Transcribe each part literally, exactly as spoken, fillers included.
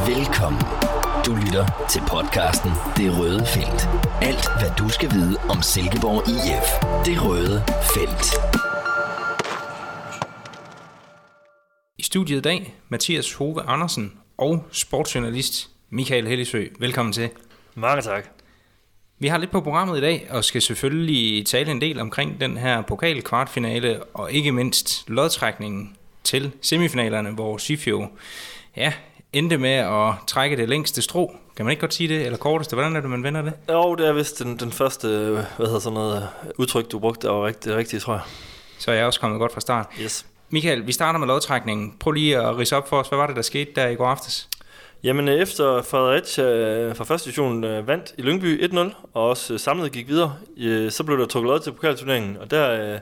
Velkommen. Du lytter til podcasten Det Røde Felt. Alt, hvad du skal vide om Silkeborg I F. Det Røde Felt. I studiet i dag, Mathias Hove Andersen og sportsjournalist Michael Hellisø. Velkommen til. Mange tak. Vi har lidt på programmet i dag, og skal selvfølgelig tale en del omkring den her pokal-kvartfinale, og ikke mindst lodtrækningen til semifinalerne, hvor S I F jo ja, endte med at trække det længste strå. Kan man ikke godt sige det, eller korteste? Hvordan er det, man vender det? Jo, det er vist den, den første hvad hedder sådan noget, udtryk, du brugte, og rigtig, rigtigt, tror jeg. Så er jeg også kommet godt fra start. Yes. Michael, vi starter med lodtrækningen. Prøv lige at ridse op for os. Hvad var det, der skete der i går aftes? Jamen, efter Fredericia fra første division vandt i Lyngby et nul, og også samlet gik videre, så blev der trukket lod til pokalturneringen, og der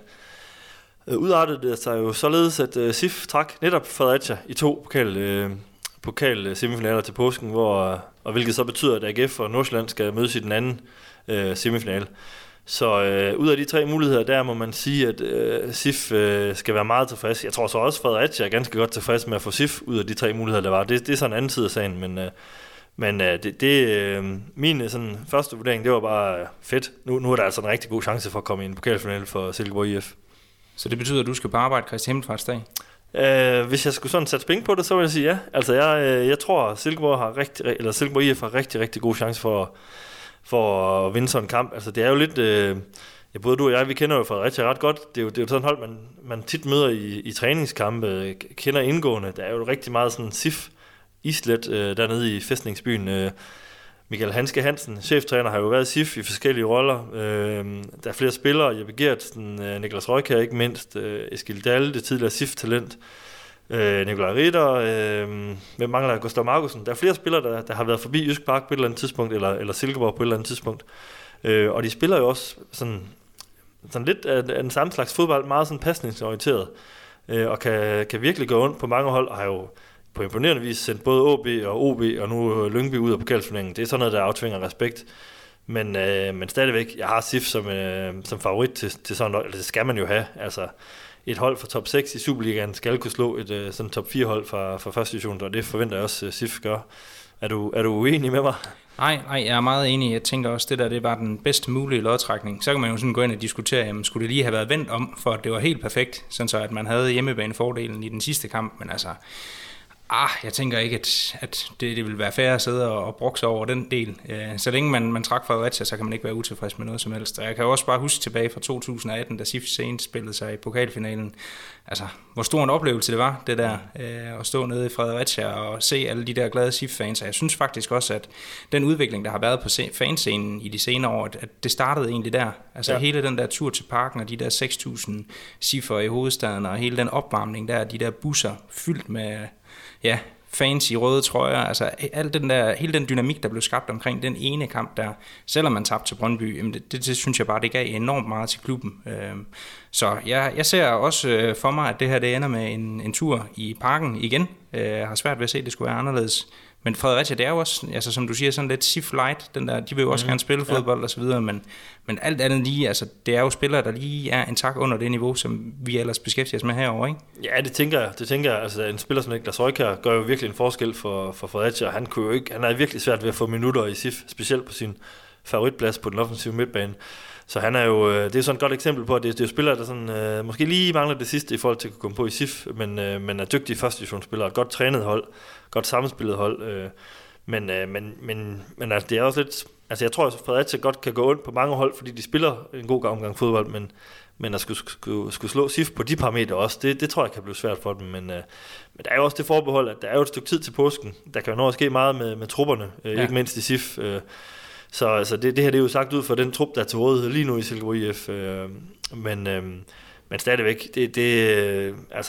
øh, udartede det sig jo således, at øh, S I F trak netop Fredericia i to pokal, øh, pokal semifinaler til påsken, hvor, og hvilket så betyder, at A G F og Nordsjælland skal mødes i den anden øh, semifinale. Så øh, ud af de tre muligheder, der må man sige, at øh, S I F øh, skal være meget tilfreds. Jeg tror så også, at Fredericia er ganske godt tilfreds med at få S I F ud af de tre muligheder, der var. Det, det er sådan en anden side af sagen, men, øh, men øh, det, det, øh, min sådan, første vurdering, det var bare øh, fedt. Nu, nu er der altså en rigtig god chance for at komme i en pokalfinale for Silkeborg I F. Så det betyder, at du skal på arbejde Kristi Himmelfartsdag? Øh, hvis jeg skulle sådan sætte penge på det, så vil jeg sige ja. Altså jeg, øh, jeg tror, at Silkeborg, har rigtig, eller Silkeborg I F har rigtig, rigtig god chance for for at vinde sådan en kamp. Altså det er jo lidt, øh, ja, både du og jeg, vi kender jo Fredericia ret godt. Det er jo, det er jo sådan hold, man, man tit møder i, i træningskampe, kender indgående. Der er jo rigtig meget sådan S I F islet øh, dernede i fæstningsbyen. Øh, Michael Hanske Hansen, cheftræner, har jo været i S I F i forskellige roller. Øh, der er flere spillere, Jeppe Gertsen, øh, Niklas Røykjær ikke mindst, øh, Eskil Dalle, det tidligere S I F-talent. Øh, Nikolaj Ritter, øh, hvem mangler Gustav Markusen. Der er flere spillere, der, der har været forbi Jysk Park på et eller andet tidspunkt, eller, eller Silkeborg på et eller andet tidspunkt. Øh, og de spiller jo også sådan, sådan lidt af, af den samme slags fodbold, meget sådan pasningsorienteret, øh, og kan, kan virkelig gå ondt på mange hold, og har jo på imponerende vis sendt både O B og O B og nu Lyngby ud af pokalturneringen. Det er sådan noget, der aftvinger respekt. Men, øh, men stadigvæk, jeg har S I F som, øh, som favorit til, til sådan noget, det skal man jo have, altså. Et hold fra top seks i Superligaen skal kunne slå et uh, sådan top fire hold fra, fra første division, og det forventer jeg også, at S I F gør. Er du, er du uenig med mig? Nej, nej, jeg er meget enig. Jeg tænker også, det der det var den bedst mulige lodtrækning. Så kan man jo sådan gå ind og diskutere, jamen, skulle det lige have været vendt om, for at det var helt perfekt, sådan så at man havde hjemmebanefordelen i den sidste kamp, men altså, ah, jeg tænker ikke, at, at det, det vil være fair at sidde og, og brokse over den del. Så længe man, man trak Fredericia, så kan man ikke være utilfreds med noget som helst. Og jeg kan jo også bare huske tilbage fra to tusind atten, da S I F senest spillede sig i pokalfinalen. Altså, hvor stor en oplevelse det var, det der, øh, at stå nede i Fredericia og se alle de der glade S I F-fans. Og jeg synes faktisk også, at den udvikling, der har været på fanscenen i de senere år, at det startede egentlig der. Altså ja. Hele den der tur til parken og de der seks tusind S I F'ere i hovedstaden og hele den opvarmning der, de der busser fyldt med ja, fans i røde trøjer, altså al den der, hele den dynamik, der blev skabt omkring den ene kamp der, selvom man tabte til Brøndby, jamen det, det, det synes jeg bare, det gav enormt meget til klubben. Så jeg, jeg ser også for mig, at det her det ender med en, en tur i parken igen. Jeg har svært ved at se, at det skulle være anderledes. Men Fredericia, det er jo også, altså som du siger, sådan lidt S I F light, den der, de vil jo også mm, gerne spille fodbold ja. Og så videre, men, men alt andet lige, altså det er jo spillere, der lige er en tak under det niveau, som vi ellers beskæftiger os med herovre, ikke? Ja, det tænker jeg, det tænker jeg, altså en spiller som Niklas Røykjær gør jo virkelig en forskel for, for Fredericia, han kunne jo ikke, han er virkelig svært ved at få minutter i S I F, specielt på sin favoritplads på den offensive midtbane. Så han er jo, det er sådan et godt eksempel på, at det, det er jo spillere, der sådan, øh, måske lige mangler det sidste i forhold til at kunne komme på i S I F, men, øh, men er dygtige første divisionsspillere, et godt trænet hold, godt sammenspillet hold, øh, men, øh, men, men, men altså, det er også lidt, altså jeg tror, at Fredericia godt kan gå ondt på mange hold, fordi de spiller en god omgang fodbold, men, men at skulle, skulle, skulle slå S I F på de parametre også, det, det tror jeg kan blive svært for dem, men, øh, men der er jo også det forbehold, at der er jo et stykke tid til påsken, der kan jo nå at ske meget med, med trupperne, øh, ja. Ikke mindst i S I F, øh, Så altså det, det her det er jo sagt ud for den trup, der er til rådighed lige nu i Silkeborg I F. Øh, men, øh, men stadigvæk, det, det, øh, altså,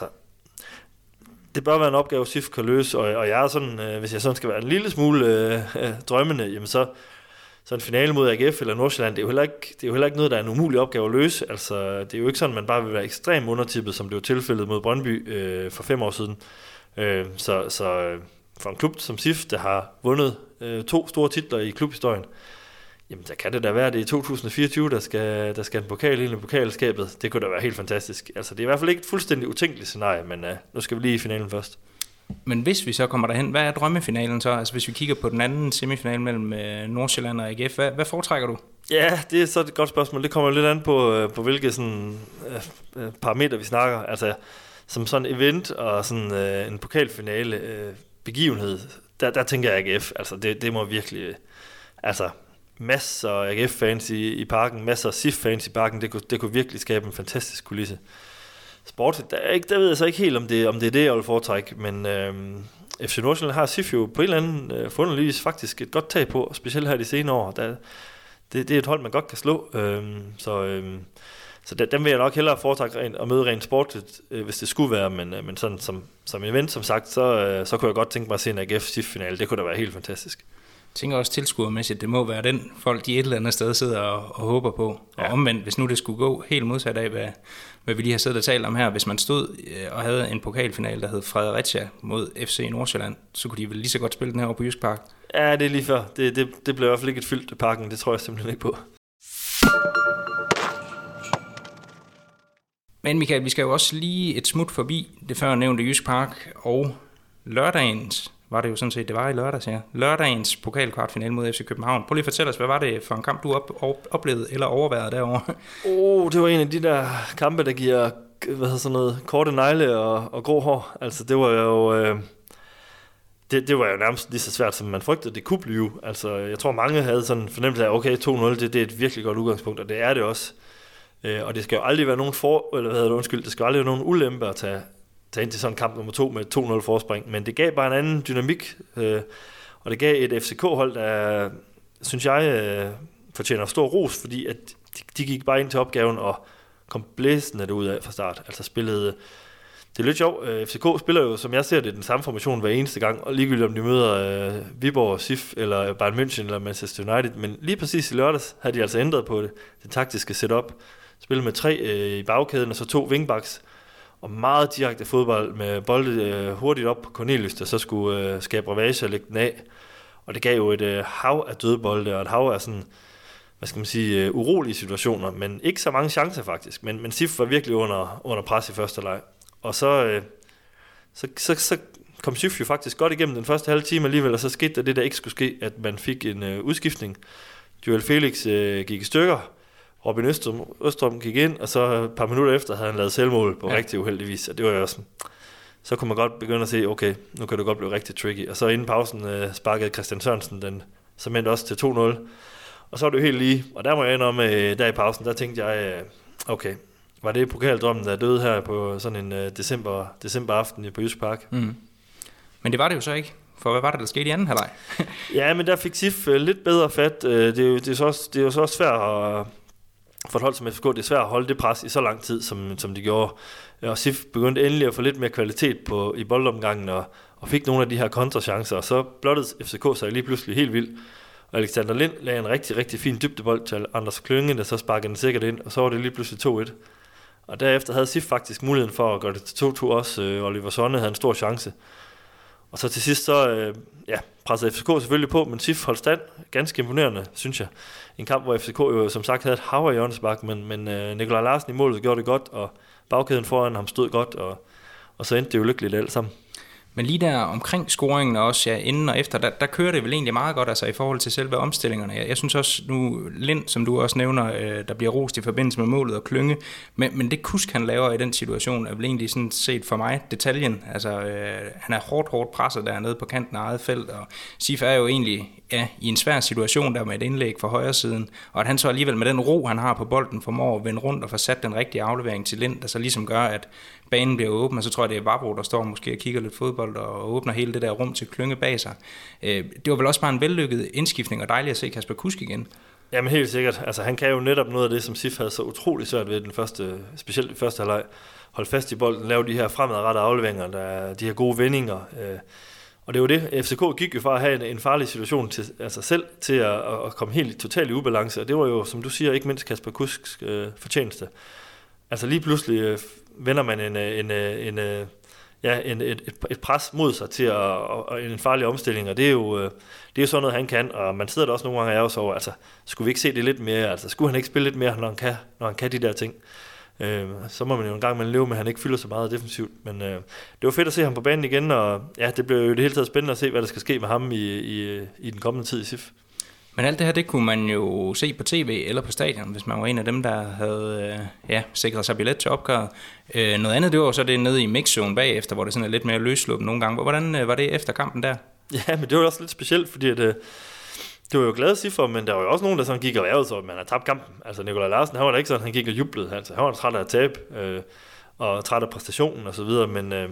det bør være en opgave, S I F kan løse. Og, og jeg er sådan, øh, hvis jeg sådan skal være en lille smule øh, drømmende, jamen så, så en finale mod A G F eller Nordsjælland, det er jo heller ikke, det er jo heller ikke noget, der er en umulig opgave at løse. Altså, det er jo ikke sådan, at man bare vil være ekstremt undertippet, som det var tilfældet mod Brøndby øh, for fem år siden. Øh, så så for en klub som S I F, der har vundet øh, to store titler i klubhistorien, jamen der kan det da være, det i to tusind fireogtyve, der skal, der skal en pokal ind i pokalskabet. Det kunne da være helt fantastisk. Altså det er i hvert fald ikke et fuldstændig utænkeligt scenarie, men uh, nu skal vi lige i finalen først. Men hvis vi så kommer derhen, hvad er drømmefinalen så? Altså hvis vi kigger på den anden semifinal mellem øh, Nordsjælland og A G F, hvad, hvad foretrækker du? Ja, det er så et godt spørgsmål. Det kommer lidt an på, på hvilke sådan, øh, parametre vi snakker. Altså som sådan en event og sådan øh, en pokalfinale øh, begivenhed, der, der tænker jeg A G F. Altså det, det må virkelig... Altså masser af A G F-fans i, i parken, masser af S I F-fans i parken, det kunne, det kunne virkelig skabe en fantastisk kulisse. Sportligt, der, ikke, der ved jeg så ikke helt, om det, om det er det, jeg vil foretrække, men øh, F C Nordsjælland har S I F jo på en eller anden øh, forunderligvis faktisk et godt tag på, specielt her de senere år. Der, det, det er et hold, man godt kan slå, øh, så, øh, så der, dem vil jeg nok hellere foretrække rent, at møde rent sportligt, øh, hvis det skulle være, men, øh, men sådan som, som event, som sagt, så, øh, så kunne jeg godt tænke mig at se en A G F-S I F-finale, det kunne da være helt fantastisk. Jeg tænker også tilskuermæssigt, det må være den folk, de et eller andet sted sidder og, og håber på. Ja. Og omvendt, hvis nu det skulle gå helt modsat af, hvad, hvad vi lige har siddet og talt om her, hvis man stod og havde en pokalfinal, der hed Fredericia mod F C Nordsjælland, så kunne de vel lige så godt spille den her over på Jysk Park. Ja, det er lige før. Det, det, det blev i hvert fald ikke et fyldt parken, det tror jeg simpelthen ikke på. Men Michael, vi skal jo også lige et smut forbi det før nævnte Jysk Park og lørdagens, var det jo sådan set, det var i lørdags, ja. Lørdagens pokalkvartfinale mod F C København. Prøv lige at fortælle os, hvad var det for en kamp, du op, op, oplevede eller overvejede derovre? Åh, oh, det var en af de der kampe, der giver, hvad hedder sådan noget, korte negle og, og grå hår. Altså, det var jo... Øh, det, det var jo nærmest lige så svært, som man frygtede, det kunne blive. Altså, jeg tror, mange havde sådan en fornemmelse af, okay, to nul, det, det er et virkelig godt udgangspunkt, og det er det også. Øh, og det skal jo aldrig være nogen for... Eller hvad hedder det, undskyld, det skal aldrig være nogen ulempe at tage... tage ind til sådan en kamp nummer to med to nul forspring, men det gav bare en anden dynamik, øh, og det gav et F C K-hold, der, synes jeg, øh, fortjener stor ros, fordi at de, de gik bare ind til opgaven og kom blæsende derud af fra start, altså spillede, det er lidt sjovt, øh, F C K spiller jo, som jeg ser det, den samme formation hver eneste gang, og ligegyldigt om de møder øh, Viborg, S I F, eller Bayern München, eller Manchester United, men lige præcis i lørdags havde de altså ændret på det, det taktiske setup, spillet med tre øh, i bagkæden, og så to wingbacks, og meget direkte fodbold med bolde øh, hurtigt op på Cornelius, der så skulle øh, skabe ravage og lægge den af. Og det gav jo et øh, hav af dødbolde, og et hav af sådan, hvad skal man sige, øh, urolige situationer, men ikke så mange chancer faktisk. Men, men S I F var virkelig under, under pres i første leg. Og så, øh, så, så, så kom S I F jo faktisk godt igennem den første halve time alligevel, og så skete der det, der ikke skulle ske, at man fik en øh, udskiftning. Joel Felix øh, gik i stykker, Robin Østrøm, Østrøm gik ind, og så et par minutter efter havde han lavet selvmål på ja. rigtig uheldigvis, og det var jo også, så kunne man godt begynde at se, okay, nu kan det godt blive rigtig tricky, og så inden pausen øh, sparkede Christian Sørensen den som endte også til to nul, og så var det jo helt lige, og der må jeg ende om, øh, der i pausen, der tænkte jeg, øh, okay, var det pokaldrømmen, der døde her på sådan en øh, december, december aften på Jysk Park? Mm. Men det var det jo så ikke. For hvad var det, der skete i anden halvleg? Ja, men der fik S I F øh, lidt bedre fat. Det er jo, det er så også, det er jo så også svært at... For et hold som F C K, det er svært at holde det pres i så lang tid, som, som de gjorde. Og S I F begyndte endelig at få lidt mere kvalitet på, i boldomgangen, og, og fik nogle af de her kontrachancer, og så blottede F C K sig lige pludselig helt vildt. Og Alexander Lind lagde en rigtig, rigtig fin dybdebold til Anders Klynge, der så sparkede den sikkert ind, og så var det lige pludselig to et. Og derefter havde S I F faktisk muligheden for at gøre det til to to også. Oliver Sonne havde en stor chance. Og så til sidst så øh, ja, pressede F C K selvfølgelig på, men S I F holdt stand. Ganske imponerende, synes jeg. En kamp, hvor F C K jo som sagt havde et hav af hjørnespark, men, men øh, Nikolaj Larsen i målet gjorde det godt, og bagkæden foran ham stod godt, og, og så endte det jo lykkeligt alt sammen. Men lige der omkring scoringen også, ja, inden og efter, der, der kører det vel egentlig meget godt, altså i forhold til selve omstillingerne. Jeg, jeg synes også nu, Lind, som du også nævner, øh, der bliver rost i forbindelse med målet og Klynge, men, men det kusk, han laver i den situation, er vel egentlig sådan set for mig detaljen. Altså, øh, han er hårdt, hårdt presset dernede på kanten af eget felt, og S I F er jo egentlig ja, i en svær situation der med et indlæg fra højre siden, og at han så alligevel med den ro, han har på bolden, formår at vende rundt og få sat den rigtige aflevering til Lind, der så ligesom gør, at banen bliver åben, og så tror jeg, det er Vavro, der står måske og kigger lidt fodbold og åbner hele det der rum til Klynge bag sig. Det var vel også bare en vellykket indskiftning, og dejligt at se Kasper Kusk igen. Jamen helt sikkert. Altså, han kan jo netop noget af det, som S I F havde så utrolig svært ved den første, specielt i første halvleg. Holde fast i bolden, lave de her fremadrettede afleveringer, der, de her gode vendinger. Og det var det. F C K gik jo fra at have en, en farlig situation til altså selv til at, at komme helt totalt i ubalance, og det var jo, som du siger, ikke mindst Kasper Kusks øh, fortjeneste. Altså lige pludselig øh, vender man en, en, en, en, ja, en, et, et pres mod sig til at, og en farlig omstilling, og det er jo, det er jo sådan noget, han kan, og man sidder der også nogle gange af os over, altså skulle vi ikke se det lidt mere, altså skulle han ikke spille lidt mere, når han kan, når han kan de der ting. Øh, så må man jo en gang man leve med, at han ikke fylder så meget defensivt. Men øh, det var fedt at se ham på banen igen, og ja, det blev jo det hele taget spændende at se, hvad der skal ske med ham i, i, i den kommende tid i S I F. Men alt det her, det kunne man jo se på tv eller på stadion, hvis man var en af dem, der havde øh, ja, sikret sig billet til opgøret. Øh, noget andet, det var så det nede i mixzone bagefter, hvor det sådan er lidt mere løsluppen nogle gange. Hvordan øh, var det efter kampen der? Ja, men det var også lidt specielt, fordi at, øh, det var jo glade cifre, men der var jo også nogen, der sådan gik og ærgede sig, at man har tabt kampen. Altså Nikolaj Larsen, han var da ikke sådan, han gik og jublede. Altså, han var træt af at tabe, øh, og træt af præstationen og så videre, men, øh,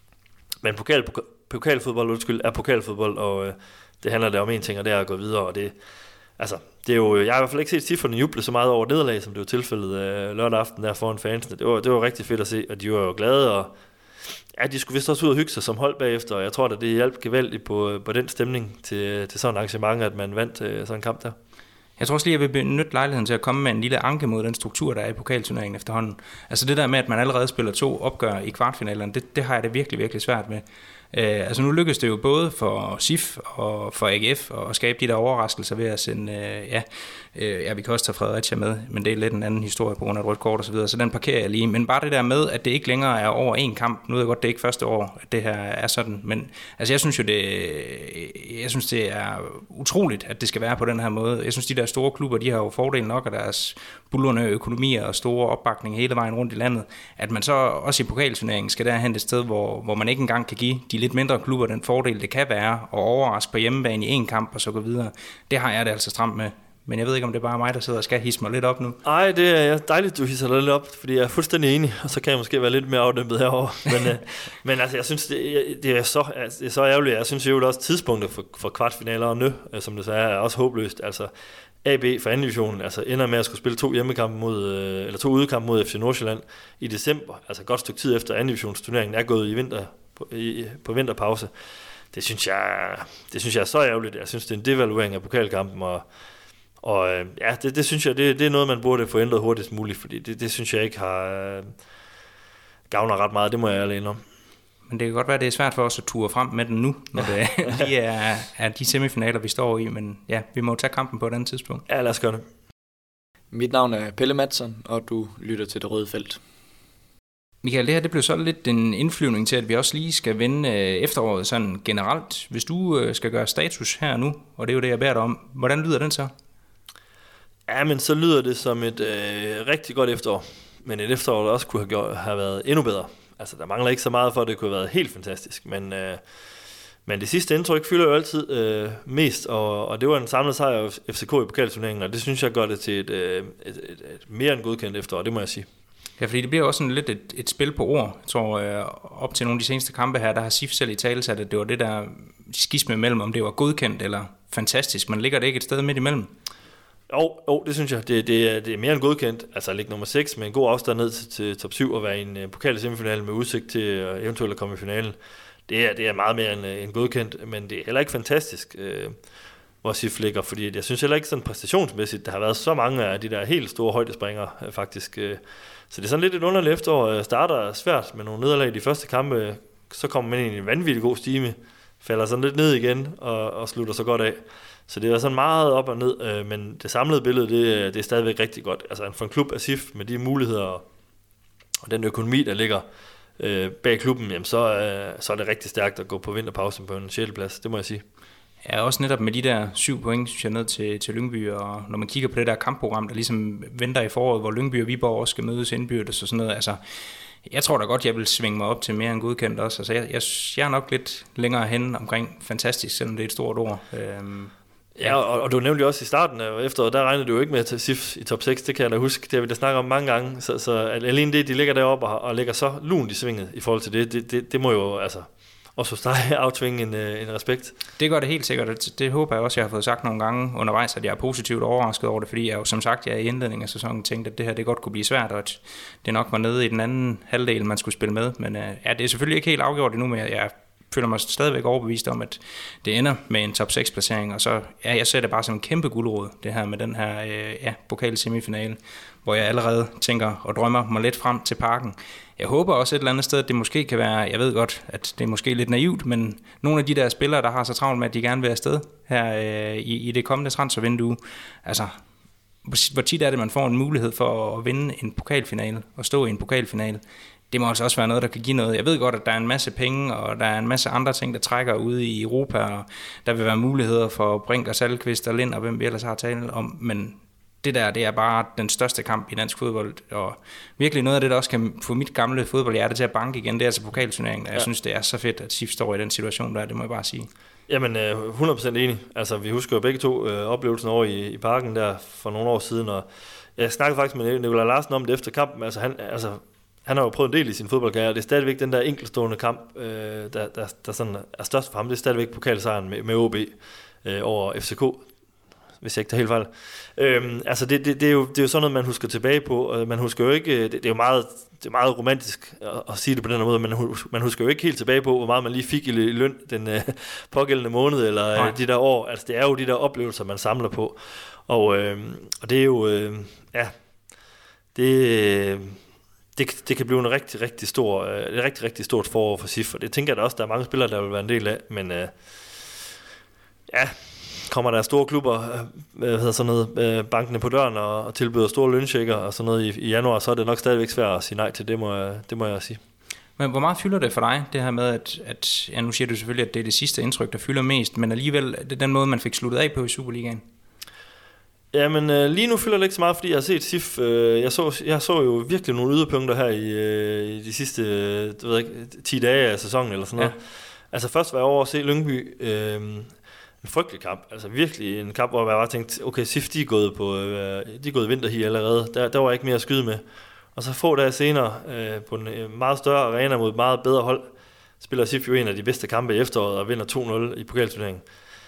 men pokal, pokalfodbold undskyld, er pokalfodbold, og øh, det handler der om en ting, og det er at gå videre, og det, altså, det er jo, jeg har i hvert fald ikke set cifrene juble så meget over nederlag, som det var tilfældet øh, lørdag aften der foran fansene. Det var, det var rigtig fedt at se, og de var jo glade, og ja, de skulle vist også ud og hygge sig som hold bagefter, og jeg tror, at det hjalp gevaldigt på, på den stemning til, til sådan et arrangement, at man vandt øh, sådan en kamp der. Jeg tror også lige, at jeg vil benytte lejligheden til at komme med en lille anke mod den struktur, der er i pokalturneringen efterhånden. Altså det der med, at man allerede spiller to opgør i kvartfinalerne, det, det har jeg det virkelig, virkelig svært med. Øh, altså nu lykkedes det jo både for S I F og for A G F at skabe de der overraskelser ved at sende, øh, ja, øh, ja, vi kan også tage Fredericia med, men det er lidt en anden historie på grund af et rødt kort og så videre, så den parkerer jeg lige. Men bare det der med, at det ikke længere er over en kamp, nu ved jeg godt, det er ikke første år, at det her er sådan, men altså jeg synes jo, det, jeg synes det er utroligt, at det skal være på den her måde. Jeg synes, de der store klubber, de har jo fordel nok af deres bullerne økonomier og store opbakning hele vejen rundt i landet, at man så også i pokalturneringen skal derhen et sted, hvor, hvor man ikke engang kan give de lidt mindre klubber den fordel, det kan være, at overraske på hjemmebane i en kamp og så gå videre. Det har jeg det altså stramt med. Men jeg ved ikke, om det er bare mig, der sidder og skal hisse mig lidt op nu. Nej, det er dejligt, du hisser dig lidt op, fordi jeg er fuldstændig enig, og så kan jeg måske være lidt mere afdæmpet herovre. Men, øh, men altså, jeg synes, det, det, er, så, altså, det er så ærgerligt. Jeg synes jo også, tidspunktet for, for kvartfinaler og nø, som det så er, er også håbløst. Altså, A B for anden divisionen, altså ender med at skulle spille to hjemmekampe mod, øh, eller to udekampe mod F C Nordsjælland i december, altså godt stykke tid efter anden divisionsturneringen er gået i vinter, på, i, på vinterpause. Det synes jeg, det synes jeg er så ærgerligt. Jeg synes, det er en devaluering af pokalkampen, og Og øh, ja, det, det synes jeg, det, det er noget, man burde få ændret hurtigst muligt, fordi det, det synes jeg ikke har øh, gavner ret meget, det må jeg alene om. Men det kan godt være, det er svært for os at ture frem med den nu, når det lige er, er de semifinaler, vi står i, men ja, vi må tage kampen på et andet tidspunkt. Ja, lad os gøre det. Mit navn er Pelle Madsen, og du lytter til Det Røde Felt. Michael, det her det blev så lidt en indflyvning til, at vi også lige skal vende efteråret sådan generelt. Hvis du skal gøre status her nu, og det er jo det, jeg beder dig om, hvordan lyder den så? Ja, men så lyder det som et øh, rigtig godt efterår, men et efterår, der også kunne have, gjort, have været endnu bedre. Altså, der mangler ikke så meget for, at det kunne have været helt fantastisk, men, øh, men det sidste indtryk fylder jo altid øh, mest, og, og det var en samlet sejr af F C K i pokalturneringen, og det synes jeg gør det til et, øh, et, et, et mere end godkendt efterår, det må jeg sige. Ja, fordi det bliver også sådan lidt et, et spil på ord. Jeg tror, øh, op til nogle af de seneste kampe her, der har S I F selv i tale sat, at det var det der skisme imellem, om det var godkendt eller fantastisk, men ligger det ikke et sted midt imellem? Jo, jo, det synes jeg. Det, det, er, det er mere end godkendt. Altså at ligge nummer seks med en god afstand ned til, til top syv og være i en uh, pokal semifinale med udsigt til uh, eventuelt at komme i finalen. Det er, det er meget mere end, uh, end godkendt, men det er heller ikke fantastisk, uh, hvor S I F ligger, fordi jeg synes heller ikke sådan præstationsmæssigt, der har været så mange af de der helt store højdespringere uh, faktisk. Uh, så det er sådan lidt et underligt efterår. Uh, starter svært med nogle nederlag i de første kampe, så kommer man ind i en vanvittig god stime, falder sådan lidt ned igen og, og slutter så godt af. Så det er sådan meget op og ned, øh, men det samlede billede, det, det er stadigvæk rigtig godt. Altså for en klub af S I F med de muligheder og den økonomi, der ligger øh, bag klubben, jamen så, øh, så er det rigtig stærkt at gå på vinterpausen på en sjette plads, det må jeg sige. Ja, også netop med de der syv point, synes jeg, ned til, til Lyngby, og når man kigger på det der kampprogram, der ligesom venter i foråret, hvor Lyngby og Viborg også skal mødes indbyrdes og sådan noget, altså jeg tror da godt, jeg vil svinge mig op til mere end godkendt også. Altså jeg, jeg, jeg er nok lidt længere hen omkring fantastisk, selvom det er et stort ord. Øhm, Ja, og, og du nævnte jo også i starten af efteråret, der regnede du jo ikke med at S I F i top seks, det kan jeg da huske, det har vi da snakket om mange gange, så, så alene det, de ligger deroppe og, og ligger så lunt i svinget i forhold til det, det, det, det må jo altså også hos dig aftvinge en, en respekt. Det gør det helt sikkert, det, det håber jeg også, jeg har fået sagt nogle gange undervejs, at jeg er positivt overrasket over det, fordi jeg jo som sagt, jeg er i indledningen af sæsonen tænkte, at det her det godt kunne blive svært, og at det nok var nede i den anden halvdel, man skulle spille med, men ja, det er selvfølgelig ikke helt afgjort endnu, men jeg, jeg føler mig stadigvæk overbevist om, at det ender med en top seks placering, og så, ja, jeg ser det bare som en kæmpe guldråd, det her med den her, øh, ja, pokal semifinale, hvor jeg allerede tænker og drømmer mig lidt frem til parken. Jeg håber også et eller andet sted, at det måske kan være, jeg ved godt, at det er måske lidt naivt, men nogle af de der spillere, der har så travlt med, at de gerne vil afsted her øh, i, i det kommende transfervindue, altså, hvor tit er det, man får en mulighed for at vinde en pokalfinale og stå i en pokalfinale. Det må også være noget, der kan give noget. Jeg ved godt, at der er en masse penge, og der er en masse andre ting, der trækker ude i Europa, og der vil være muligheder for Brink og Salkvist og Lind, og hvem vi ellers har talt om, men det der, det er bare den største kamp i dansk fodbold, og virkelig noget af det, der også kan få mit gamle fodboldhjerte til at banke igen, det er altså pokalturneringen. Jeg ja. synes, det er så fedt, at S I F står i den situation der, det må jeg bare sige. Jamen, hundrede procent enig. Altså, vi husker jo begge to øh, oplevelsen over i, i parken der for nogle år siden, og jeg snakkede faktisk med Nikolaj Larsen om det efter kampen. Altså, han, altså, han har jo prøvet en del i sin fodboldkarriere, det er stadigvæk den der enkeltstående kamp, øh, der, der, der sådan er størst for ham. Det er stadigvæk pokalsejren med, med O B øh, over F C K, hvis jeg ikke tager helt fejl. Øhm, altså det, det, det, er jo, det er jo sådan noget, man husker tilbage på. Man husker jo ikke, det, det er jo meget, det er meget romantisk at, at sige det på den her måde, men man husker jo ikke helt tilbage på, hvor meget man lige fik i løn den øh, pågældende måned, eller Nej. de der år. Altså det er jo de der oplevelser, man samler på. Og, øh, og det er jo, øh, ja, det, det, det kan blive en rigtig, rigtig stor, øh, et rigtig, rigtig stort forår for S I F, og det tænker jeg da også, der er mange spillere, der vil være en del af, men øh, ja, kommer der store klubber, hvad hedder sådan noget, bankene på døren og, og tilbyder store lønchecker og sådan noget i, i januar, så er det nok stadigvæk svært at sige nej til, det må jeg, det må jeg sige. Men hvor meget fylder det for dig, det her med, at, at ja, nu siger du selvfølgelig, at det er det sidste indtryk, der fylder mest, men alligevel det er den måde, man fik sluttet af på i Superligaen? Jamen øh, lige nu fylder det ikke så meget, fordi jeg har set S I F, øh, jeg, så, jeg så jo virkelig nogle yderpunkter her i, øh, i de sidste øh, du ved ikke, ti dage af sæsonen eller sådan noget. Ja. Altså først var jeg over at se Lyngby, øh, en frygtelig kamp, altså virkelig en kamp, hvor jeg bare tænkte, okay, S I F, de er gået på, øh, de er gået vinterhi allerede, der, der var ikke mere at skyde med. Og så få dage senere, øh, på en meget større arena mod et meget bedre hold, spiller S I F jo en af de bedste kampe i efteråret og vinder to nul i pokalturneringen.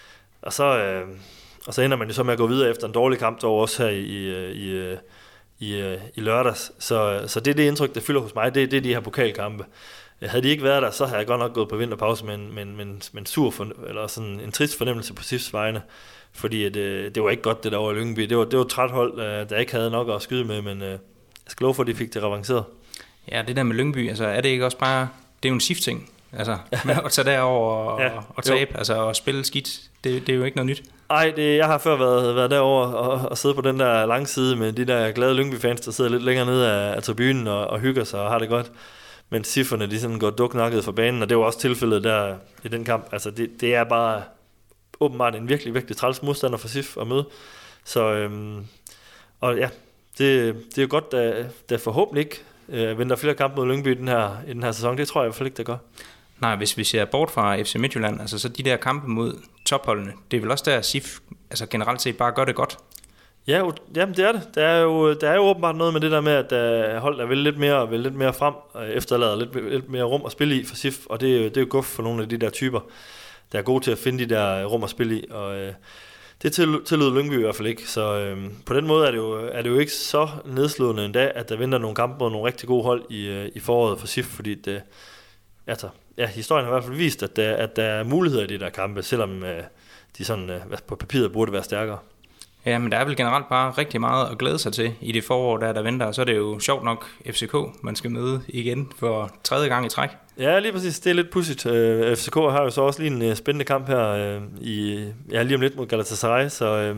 Og så, øh, og så ender man jo så med at gå videre efter en dårlig kamp, der var også her i, i, i, i, i lørdags. Så, så det er det indtryk, der fylder hos mig, det, det er de her pokalkampe. Havde de ikke været der, så havde jeg godt nok gået på vinterpause med en, med en, med en, med en sur for, eller sådan en trist fornemmelse på S I F's vegne, fordi at, øh, det var ikke godt det der over i Lyngby. Det var, det var et træt hold, øh, der ikke havde nok at skyde med, men øh, jeg skal love for, at de fik det revanceret. Ja, det der med Lyngby, altså er det ikke også bare, det er jo en S I F-ting, altså med at tage derover og, ja, og tabe, jo. Altså at spille skidt, det, det er jo ikke noget nyt. Nej, jeg har før været, været derover og, og siddet på den der lange side med de der glade Lyngby-fans, der sidder lidt længere nede af, af tribunen og, og hygger sig og har det godt. Men S I F'erne, de sådan går duknakket fra banen, og det var også tilfældet der i den kamp. Altså det, det er bare åbenbart en virkelig, virkelig træls modstander for S I F at møde. Så, øhm, og ja, det, det er jo godt, at der forhåbentlig ikke øh, venter flere kampe mod Lyngby i den her, i den her sæson. Det tror jeg i hvert fald ikke, der gør. Nej, hvis vi ser bort fra F C Midtjylland, altså så de der kampe mod topholdene, det er vel også der, S I F altså generelt set bare gør det godt. Ja, jo, jamen det er det. Der er, jo, der er jo åbenbart noget med det der med, at uh, hold er vel lidt mere, vel lidt mere frem, og efterlader lidt, lidt mere rum at spille i for S I F, og det, det er jo guf for nogle af de der typer, der er gode til at finde de der rum at spille i, og uh, det tillod Lyngby i hvert fald ikke, så uh, på den måde er det, jo, er det jo ikke så nedslående endda, at der venter nogle kampe mod nogle rigtig gode hold i, uh, i foråret for S I F, fordi det, altså, ja, historien har i hvert fald vist, at der, at der er muligheder i de der kampe, selvom uh, de sådan uh, på papiret burde være stærkere. Ja, men der er vel generelt bare rigtig meget at glæde sig til i det forår, der der venter, og så er det jo sjovt nok F C K, man skal møde igen for tredje gang i træk. Ja, lige præcis. Det er lidt pudsigt. F C K har jo så også lige en spændende kamp her i, ja, lige om lidt mod Galatasaray, så,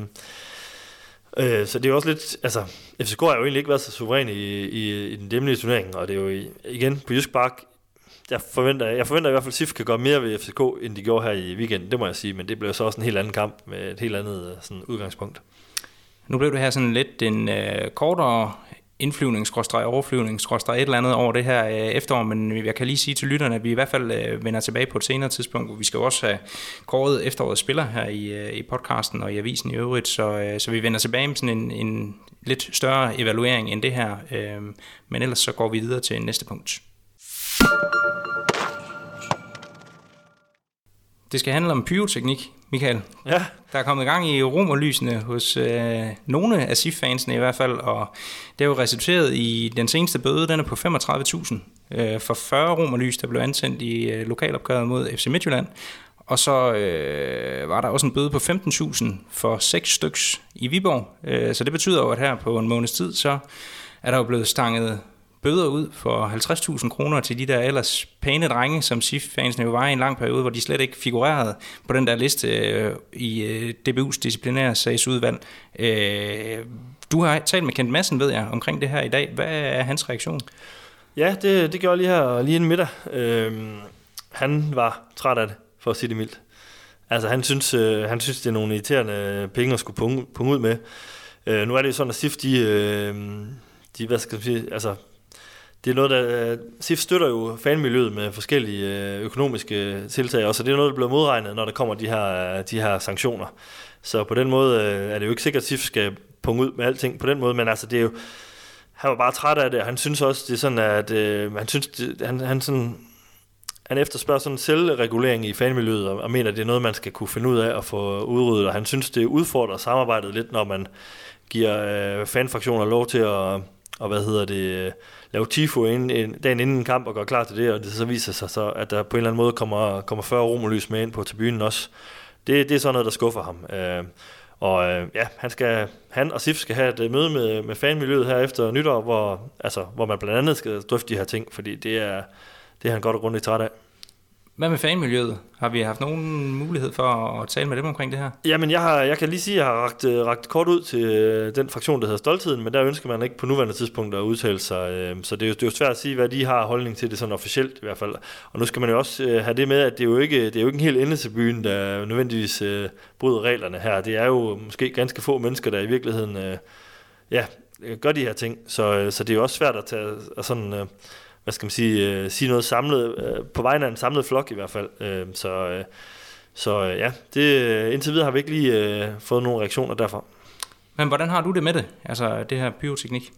øh, så det er også lidt, altså F C K har jo egentlig ikke været så suveræn i, i, i den hjemlige turnering, og det er jo igen på Jysk Park. Jeg forventer, jeg forventer i hvert fald, at S I F kan gøre mere ved F C K, end de gjorde her i weekenden, det må jeg sige, men det blev så også en helt anden kamp med et helt andet sådan, udgangspunkt. Nu blev det her sådan lidt en øh, kortere indflyvning, skråstreg overflyvning, skråstreg et eller andet over det her øh, efterår, men jeg kan lige sige til lytterne, at vi i hvert fald øh, vender tilbage på et senere tidspunkt, hvor vi skal også have kåret efterårets spiller her i, øh, i podcasten og i avisen i øvrigt, så, øh, så vi vender tilbage med sådan en, en lidt større evaluering end det her, øh, men ellers så går vi videre til næste punkt. Det skal handle om pyroteknik, Michael. Ja. Der er kommet i gang i romerlysene hos øh, nogle af S I F-fansene i hvert fald, og det er jo resulteret i den seneste bøde, den er på femogtredive tusind øh, for fyrre romerlys, der blev ansendt i øh, lokalopgøret mod F C Midtjylland. Og så øh, var der også en bøde på femten tusind for seks styks i Viborg. Øh, så det betyder jo, at her på en måneds tid, så er der jo blevet stanget bøder ud for halvtreds tusind kroner til de der ellers pæne drenge, som S I F-fansene jo var i en lang periode, hvor de slet ikke figurerede på den der liste øh, i øh, D B U's disciplinære sagsudvalg. Øh, du har talt med Kent Madsen, ved jeg, omkring det her i dag. Hvad er hans reaktion? Ja, det, det gjorde jeg lige her, lige inden middag. Øh, han var træt af det, for at sige det mildt. Altså, han synes, øh, han synes det er nogle irriterende penge at skulle punge, punge ud med. Øh, nu er det jo sådan, at S I F, de, øh, de hvad skal man sige, altså, det er noget, der, S I F støtter jo fanmiljøet med forskellige økonomiske tiltag, og så det er noget, der bliver modregnet, når der kommer de her, de her sanktioner. Så på den måde er det jo ikke sikkert, at S I F skal punge ud med alting på den måde, men altså, det er jo, han var bare træt af det, og han synes også, det er sådan, at øh, han synes, det, han, han sådan, han efterspørger sådan en selvregulering i fanmiljøet, og, og mener, at det er noget, man skal kunne finde ud af at få udryddet, og han synes, det udfordrer samarbejdet lidt, når man giver øh, fanfraktioner lov til at, og hvad hedder det, lave tifo inden, dagen inden en kamp og gøre klar til det, og det så viser sig så, at der på en eller anden måde kommer, kommer fyrre romerlys med ind på tribunen også. Det, det er sådan noget, der skuffer ham. Øh, og øh, ja, han, skal, han og S I F skal have et møde med, med fanmiljøet her efter nytår, hvor, altså, hvor man blandt andet skal drøfte de her ting, fordi det er, det er han godt og grundigt træt af. Hvad med fanmiljøet? Har vi haft nogen mulighed for at tale med dem omkring det her? Jamen, jeg, har, jeg kan lige sige, at jeg har rakt, rakt kort ud til den fraktion, der hedder Stoltheden, men der ønsker man ikke på nuværende tidspunkt at udtale sig. Så det er jo, det er jo svært at sige, hvad de har holdning til det sådan officielt i hvert fald. Og nu skal man jo også have det med, at det er jo ikke, det er jo ikke en hel ende til byen, der nødvendigvis bryder reglerne her. Det er jo måske ganske få mennesker, der i virkeligheden ja, gør de her ting. Så, så det er jo også svært at tage sådan... hvad skal man sige, øh, sige noget samlet, øh, på vegne af en samlet flok i hvert fald. Øh, så øh, så øh, ja, det, indtil videre har vi ikke lige øh, fået nogle reaktioner derfra. Men hvordan har du det med det, altså det her pyroteknik?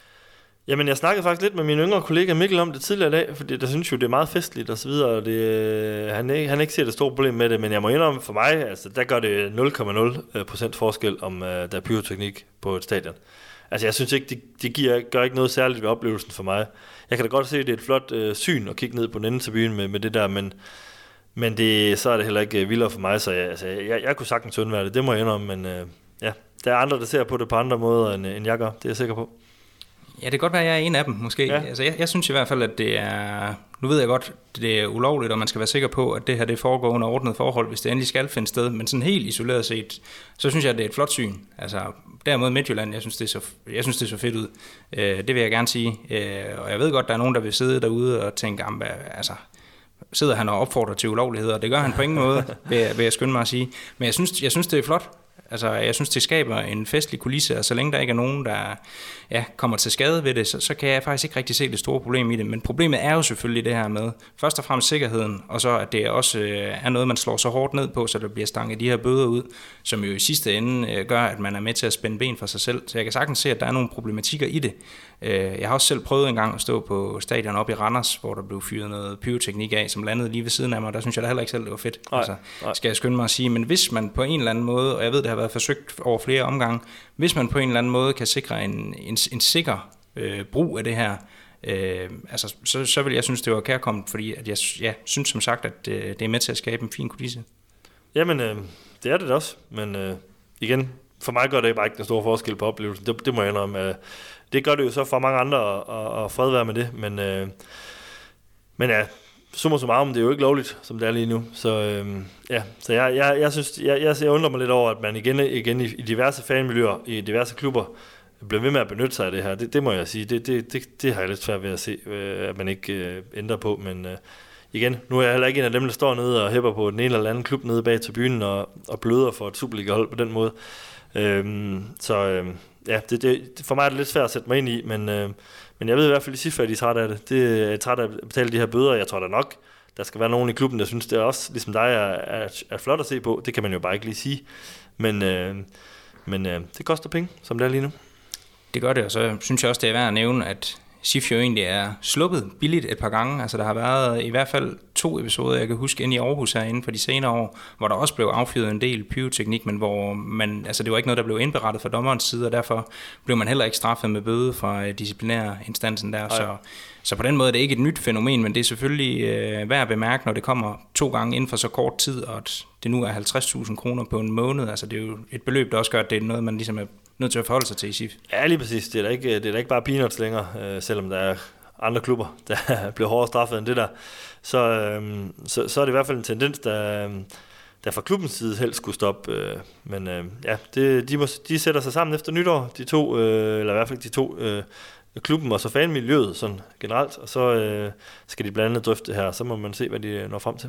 Jamen, jeg snakkede faktisk lidt med min yngre kollega Mikkel om det tidligere i dag, fordi der synes jo, det er meget festligt og så videre, og det, øh, han, ikke, han ikke ser det store problem med det, men jeg må indrømme for mig, altså der gør det nul komma nul procent forskel, om øh, der er pyroteknik på et stadion. Altså, jeg synes ikke, det, det giver, gør ikke noget særligt ved oplevelsen for mig. Jeg kan da godt se, at det er et flot øh, syn at kigge ned på den anden tribune med, med det der, men, men det, så er det heller ikke vildere for mig, så jeg, altså, jeg, jeg kunne sagtens undvære det, det må jeg indrømme, men øh, ja, der er andre, der ser på det på andre måder, end, end jeg gør, det er jeg sikker på. Ja, det kan godt være, at jeg er en af dem, måske. Ja. Altså, jeg, jeg synes i hvert fald, at det er... Nu ved jeg godt, det er ulovligt, og man skal være sikker på, at det her det foregår under ordnet forhold, hvis det endelig skal finde sted. Men sådan helt isoleret set, så synes jeg, at det er et flot syn. Altså, derimod Midtjylland, jeg synes, det er så, jeg synes, det så fedt ud. Øh, det vil jeg gerne sige. Øh, og jeg ved godt, der er nogen, der vil sidde derude og tænke, altså... sidder han og opfordrer til ulovligheder, og det gør han på ingen måde, vil jeg, vil jeg skynde mig at sige. Men jeg synes, jeg synes det er flot. Altså, jeg synes, det skaber en festlig kulisse, og så længe der ikke er nogen, der ja, kommer til skade ved det, så, så kan jeg faktisk ikke rigtig se det store problem i det. Men problemet er jo selvfølgelig det her med, først og fremmest sikkerheden, og så at det også øh, er noget, man slår så hårdt ned på, så der bliver stanget de her bøder ud, som jo i sidste ende øh, gør, at man er med til at spænde ben for sig selv. Så jeg kan sagtens se, at der er nogle problematikker i det. Øh, jeg har også selv prøvet en gang at stå på stadion op i Randers, hvor der blev fyret noget pyroteknik af, som landede lige ved siden af mig, der synes jeg da heller ikke selv, det var fedt. Nej, altså, nej. Skal jeg skynde mig at sige, men hvis man på en eller anden måde, og jeg ved, det har været forsøgt over flere omgange, hvis man på en eller anden måde kan sikre en, en, en sikker øh, brug af det her, øh, altså, så, så vil jeg synes, det var kærkomment, fordi at jeg ja, synes som sagt, at øh, det er med til at skabe en fin kulisse. Jamen, øh, det er det også, men øh, igen, for mig gør det bare ikke den store forskel på oplevelsen, det, det må jeg indrømme. Øh, det gør det jo så for mange andre, og, og fred være med det, men, øh, men ja, summa summarum, det er jo ikke lovligt, som det er lige nu. Så øh, ja, så jeg, jeg, jeg synes, jeg, jeg, jeg undrer mig lidt over, at man igen, igen i, i diverse fanmiljøer, i diverse klubber, bliver ved med at benytte sig af det her. Det, det må jeg sige, det, det, det, det har jeg lidt svært ved at se, øh, at man ikke øh, ændrer på. Men øh, igen, nu er jeg heller ikke en af dem, der står nede og hæpper på den ene eller anden klub nede bag tribunen og, og bløder for et Superliga-hold på den måde. Øh, så øh, ja, det, det, for mig er det lidt svært at sætte mig ind i, men... Øh, Men jeg ved i hvert fald, at I S I F er de trætte af det. Det er træt af at betale de her bøder. Jeg tror da nok, der skal være nogen i klubben, der synes, det er også, ligesom dig, er, er, er flot at se på. Det kan man jo bare ikke lige sige. Men, øh, men øh, det koster penge, som det er lige nu. Det gør det, og så synes jeg også, det er værd at nævne, at S I F jo egentlig er sluppet billigt et par gange. Altså der har været i hvert fald to episoder, jeg kan huske, inde i Aarhus her inden for de senere år, hvor der også blev affyret en del pyroteknik, men hvor man, altså det var ikke noget, der blev indberettet fra dommerens side, og derfor blev man heller ikke straffet med bøde fra disciplinære instansen der. Så, så på den måde er det ikke et nyt fænomen, men det er selvfølgelig øh, værd at bemærke, når det kommer to gange inden for så kort tid, og at det nu er halvtreds tusind kroner på en måned. Altså det er jo et beløb, der også gør, at det er noget, man ligesom er nødt til at forholde sig til i S I F. Ja, lige præcis. Det er da ikke, det er da ikke bare peanuts længere, øh, selvom der er andre klubber, der bliver hårdere straffet end det der. Så, øh, så, så er det i hvert fald en tendens, der, der fra klubbens side helst skulle stoppe. Øh, men øh, ja, det, de, må, de sætter sig sammen efter nytår, de to, øh, eller i hvert fald de to, øh, klubben og så fanmiljøet sådan generelt, og så øh, skal de blandt andet drøfte det her, så må man se, hvad de når frem til.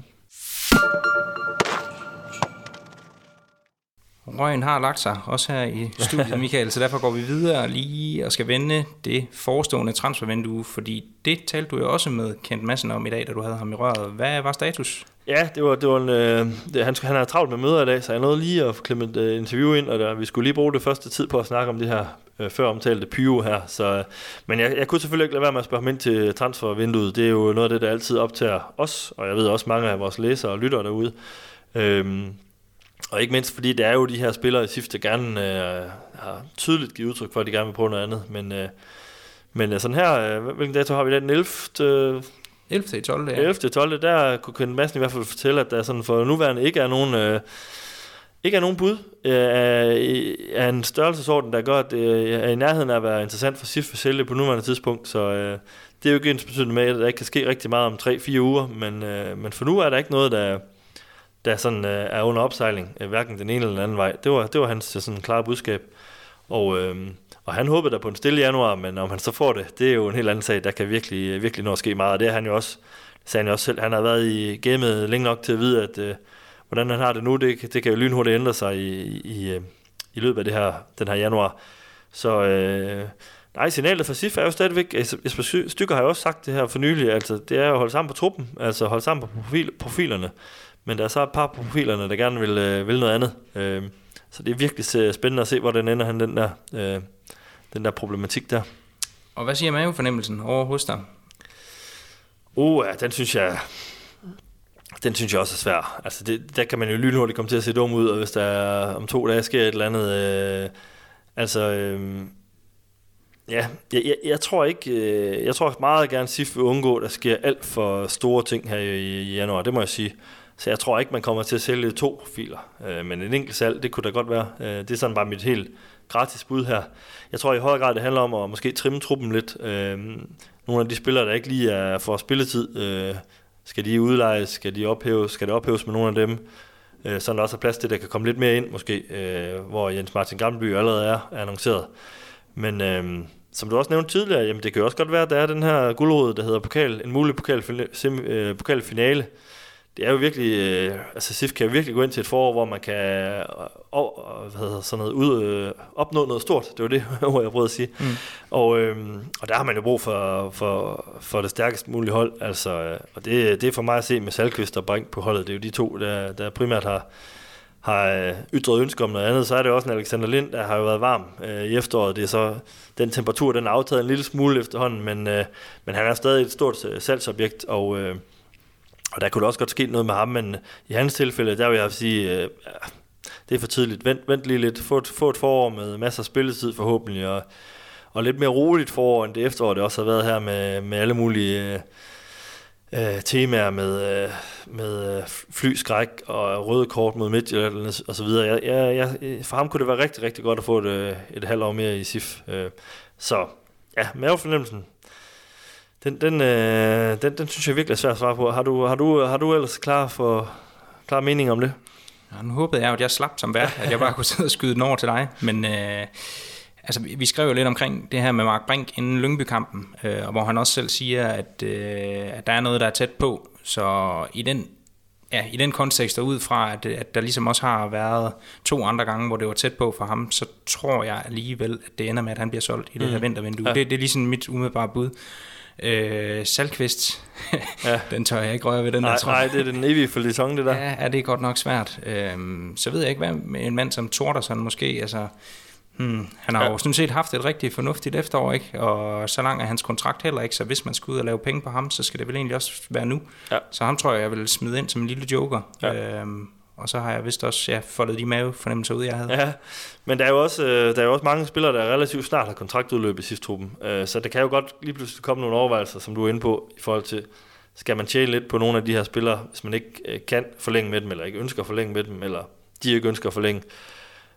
Røgen har lagt sig, også her i studiet, Michael, så derfor går vi videre lige og skal vende det forestående transfervindue, fordi det talte du jo også med Kent Madsen om i dag, da du havde ham i røret. Hvad var status? Ja, det var, det var en, øh, det, han, han har travlt med møder i dag, så jeg nåede lige at klemme et uh, interview ind, og der, vi skulle lige bruge det første tid på at snakke om det her øh, før omtalte pyro her. Så, men jeg, jeg kunne selvfølgelig ikke lade være med at spørge ham ind til transfervinduet. Det er jo noget af det, der altid optager os, og jeg ved også mange af vores læsere og lyttere derude. Øhm, Og ikke mindst, fordi det er jo de her spillere i S I F, der gerne øh, har tydeligt givet udtryk for, at de gerne vil prøve noget andet. Men, øh, men sådan her, øh, hvilken dato har vi der? Den ellevte ellevte tolvte ja. ellevte tolvte Der kunne Kent Madsen i hvert fald fortælle, at der sådan for nuværende ikke er nogen, øh, ikke er nogen bud øh, af, af en størrelsesorden, der gør, at det er i nærheden af at være interessant for S I F at sælge på nuværende tidspunkt. Så øh, det er jo ikke ensbetydende med, at der ikke kan ske rigtig meget om tre fire uger. Men, øh, men for nu er der ikke noget, der der sådan øh, er under opsejling, øh, hverken den ene eller den anden vej. Det var, det var hans sådan klare budskab. Og, øh, og han håbede der på en stille januar, men om han så får det, det er jo en helt anden sag. Der kan virkelig, virkelig nå at ske meget, og det er han jo også, det sagde han jo også selv. Han har været i gamet længe nok til at vide, at øh, hvordan han har det nu, det, det kan jo lynhurtigt ændre sig i, i, i løbet af det her, den her januar. Så øh, nej, signalet fra S I F er jo stadigvæk, Jesper Stykker har jo også sagt det her for nylig, altså det er at holde sammen på truppen, altså holde sammen på profil, profilerne. Men der er så et par profilerne, der gerne vil, øh, vil noget andet. Øh, så det er virkelig spændende at se, hvor den ender han, den der, øh, den der problematik der. Og hvad siger mavefornemmelsen over hos dig? Uh, ja, den synes jeg, den synes jeg også er svær. Altså det, der kan man jo lynhurtigt komme til at se dum ud, og hvis der om to dage sker et eller andet, øh, altså øh, ja, jeg, jeg, jeg tror ikke, øh, jeg tror meget gerne S I F vil undgå, der sker alt for store ting her i, i januar. Det må jeg sige. Så jeg tror ikke, man kommer til at sælge to profiler, øh, men en enkelt salg, det kunne da godt være. Øh, det er sådan bare mit helt gratis bud her. Jeg tror i høj grad, det handler om at måske trimme truppen lidt. Øh, nogle af de spillere, der ikke lige er for spilletid, øh, skal de udlejes, skal de ophæves, skal det ophæves med nogle af dem, øh, så der også er plads til, der kan komme lidt mere ind måske, øh, hvor Jens Martin Gammelby allerede er annonceret. Men øh, som du også nævnte tidligere, jamen det kan jo også godt være, at der er den her guldrod, der hedder pokal, en mulig pokal, øh, pokalfinale. Det er jo virkelig, øh, altså S I F kan jo virkelig gå ind til et forår, hvor man kan øh, øh, hvad hedder, sådan noget, ud, øh, opnå noget stort. Det var det ord, jeg prøvede at sige. Mm. Og, øh, og der har man jo brug for, for, for det stærkest mulige hold. Altså, øh, og det, det er for mig at se med Salkvist og Brink på holdet. Det er jo de to, der, der primært har, har ytret ønske om noget andet. Så er det også en Alexander Lind, der har jo været varm øh, i efteråret. Det er så, den temperatur, den er aftaget en lille smule efterhånden, men, øh, men han er stadig et stort salgsobjekt, og øh, Og der kunne da også godt ske noget med ham, men i hans tilfælde, der vil jeg sige, øh, det er for tidligt. Vent, vent lige lidt. Få et, få et forår med masser af spilletid forhåbentlig, og, og lidt mere roligt forår, end det efterår, det også har været her med, med alle mulige øh, temaer med, øh, med flyskræk og røde kort mod Midtjylland og så videre. Jeg, jeg, jeg, for ham kunne det være rigtig, rigtig godt at få et, et halvt år mere i S I F. Øh, så ja, mavefornemmelsen. Den, den, øh, den, den synes jeg virkelig er svært at svare på. Har du, har du, har du ellers klar, for, klar mening om det? Ja, nu håbede jeg, at jeg slap som vært, at jeg bare kunne sidde og skyde den over til dig. Men øh, altså, vi skrev jo lidt omkring det her med Mark Brink inden Lyngby-kampen, øh, hvor han også selv siger, at, øh, at der er noget, der er tæt på. Så i den, ja, i den kontekst og ud fra, at, at der ligesom også har været to andre gange, hvor det var tæt på for ham, så tror jeg alligevel, at det ender med, at han bliver solgt i det her mm. vintervindue. Ja. Det, det er ligesom mit umiddelbare bud. Øh, Salkvist, ja. Den tør jeg ikke røre ved, den nej, der, tror nej, det er den evige føljeton, det der. Ja, er det er godt nok svært. øh, Så ved jeg ikke, hvad med en mand som Thordarson måske, altså, hmm, han har ja. jo sådan set haft et rigtig fornuftigt efterår, ikke? Og så lang er hans kontrakt heller ikke, så hvis man skal ud og lave penge på ham, så skal det vel egentlig også være nu. Ja. Så ham tror jeg, jeg vil smide ind som en lille joker. Ja. øhm, Og så har jeg vist også ja, foldet de mavefornemmelser ud, jeg havde. Ja, men der er jo også, der er jo også mange spillere, der relativt snart har kontraktudløb i S I F-truppen. Så det kan jo godt lige pludselig komme nogle overvejelser, som du er inde på, i forhold til, skal man tjene lidt på nogle af de her spillere, hvis man ikke kan forlænge med dem, eller ikke ønsker at forlænge med dem, eller de ikke ønsker at forlænge.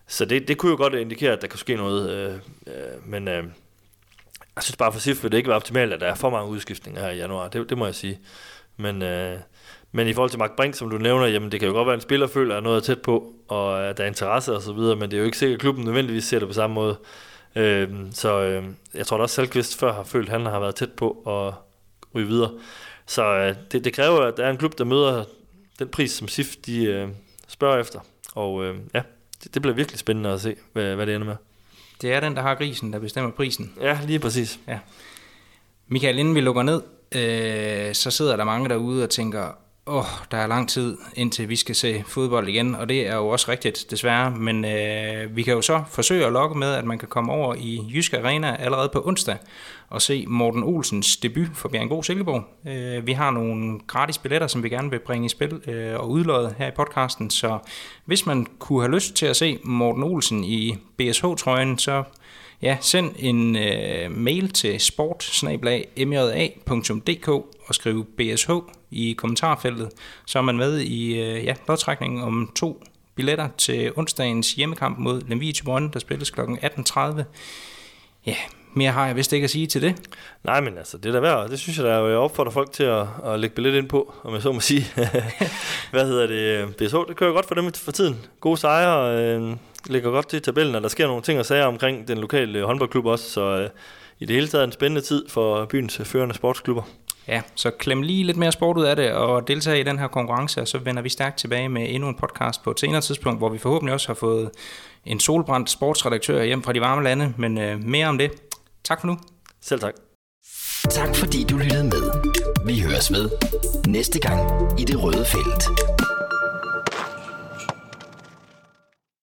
så det, det kunne jo godt indikere, at der kan ske noget. Øh, øh, men øh, jeg synes bare for S I F, at det ikke var optimalt, at der er for mange udskiftninger her i januar. Det, det må jeg sige. Men, øh, men i forhold til Mark Brink, som du nævner, jamen det kan jo godt være, at en spiller føler, at noget er tæt på, og at der er interesse og så videre, men det er jo ikke sikkert, at klubben nødvendigvis ser det på samme måde. Øh, så øh, jeg tror da også, Salkvist før har følt, at han har været tæt på at ryge videre. Så øh, det, det kræver, at der er en klub, der møder den pris, som S I F de, øh, spørger efter. Og øh, ja, det, det bliver virkelig spændende at se, hvad, hvad det ender med. Det er den, der har grisen, der bestemmer prisen. Ja, lige præcis. Ja. Michael, inden vi lukker ned, øh, så sidder der mange derude og tænker, åh, oh, der er lang tid, indtil vi skal se fodbold igen, og det er jo også rigtigt, desværre, men øh, vi kan jo så forsøge at lokke med, at man kan komme over i Jysk Arena allerede på onsdag og se Morten Olsens debut for Bjerringbro Silkeborg. Øh, vi har nogle gratis billetter, som vi gerne vil bringe i spil øh, og udlodde her i podcasten, så hvis man kunne have lyst til at se Morten Olsen i B S H-trøjen, så ja, send en øh, mail til sport snabel-a m j a punktum d k og skriv B S H i kommentarfeltet, så er man med i øh, ja, lodtrækningen om to billetter til onsdagens hjemmekamp mod Lemvig Thyborøn, der spilles klokken atten tredive. Ja, mere har jeg vist ikke at sige til det. Nej, men altså, det er da værd, det synes jeg, der er jo opfordrer folk til at, at lægge billet ind på, om jeg så må sige. Hvad hedder det? B S H, det kører godt for dem for tiden. Gode sejre, øh, ligger godt til tabellen, og der sker nogle ting og sager omkring den lokale håndboldklub også, så øh, i det hele taget en spændende tid for byens førende sportsklubber. Ja, så klem lige lidt mere sport ud af det og deltage i den her konkurrence, og så vender vi stærkt tilbage med endnu en podcast på et senere tidspunkt, hvor vi forhåbentlig også har fået en solbrændt sportsredaktør hjem fra de varme lande, men øh, mere om det. Tak for nu. Selv tak. Tak fordi du lyttede med. Vi høres ved næste gang i Det Røde Felt.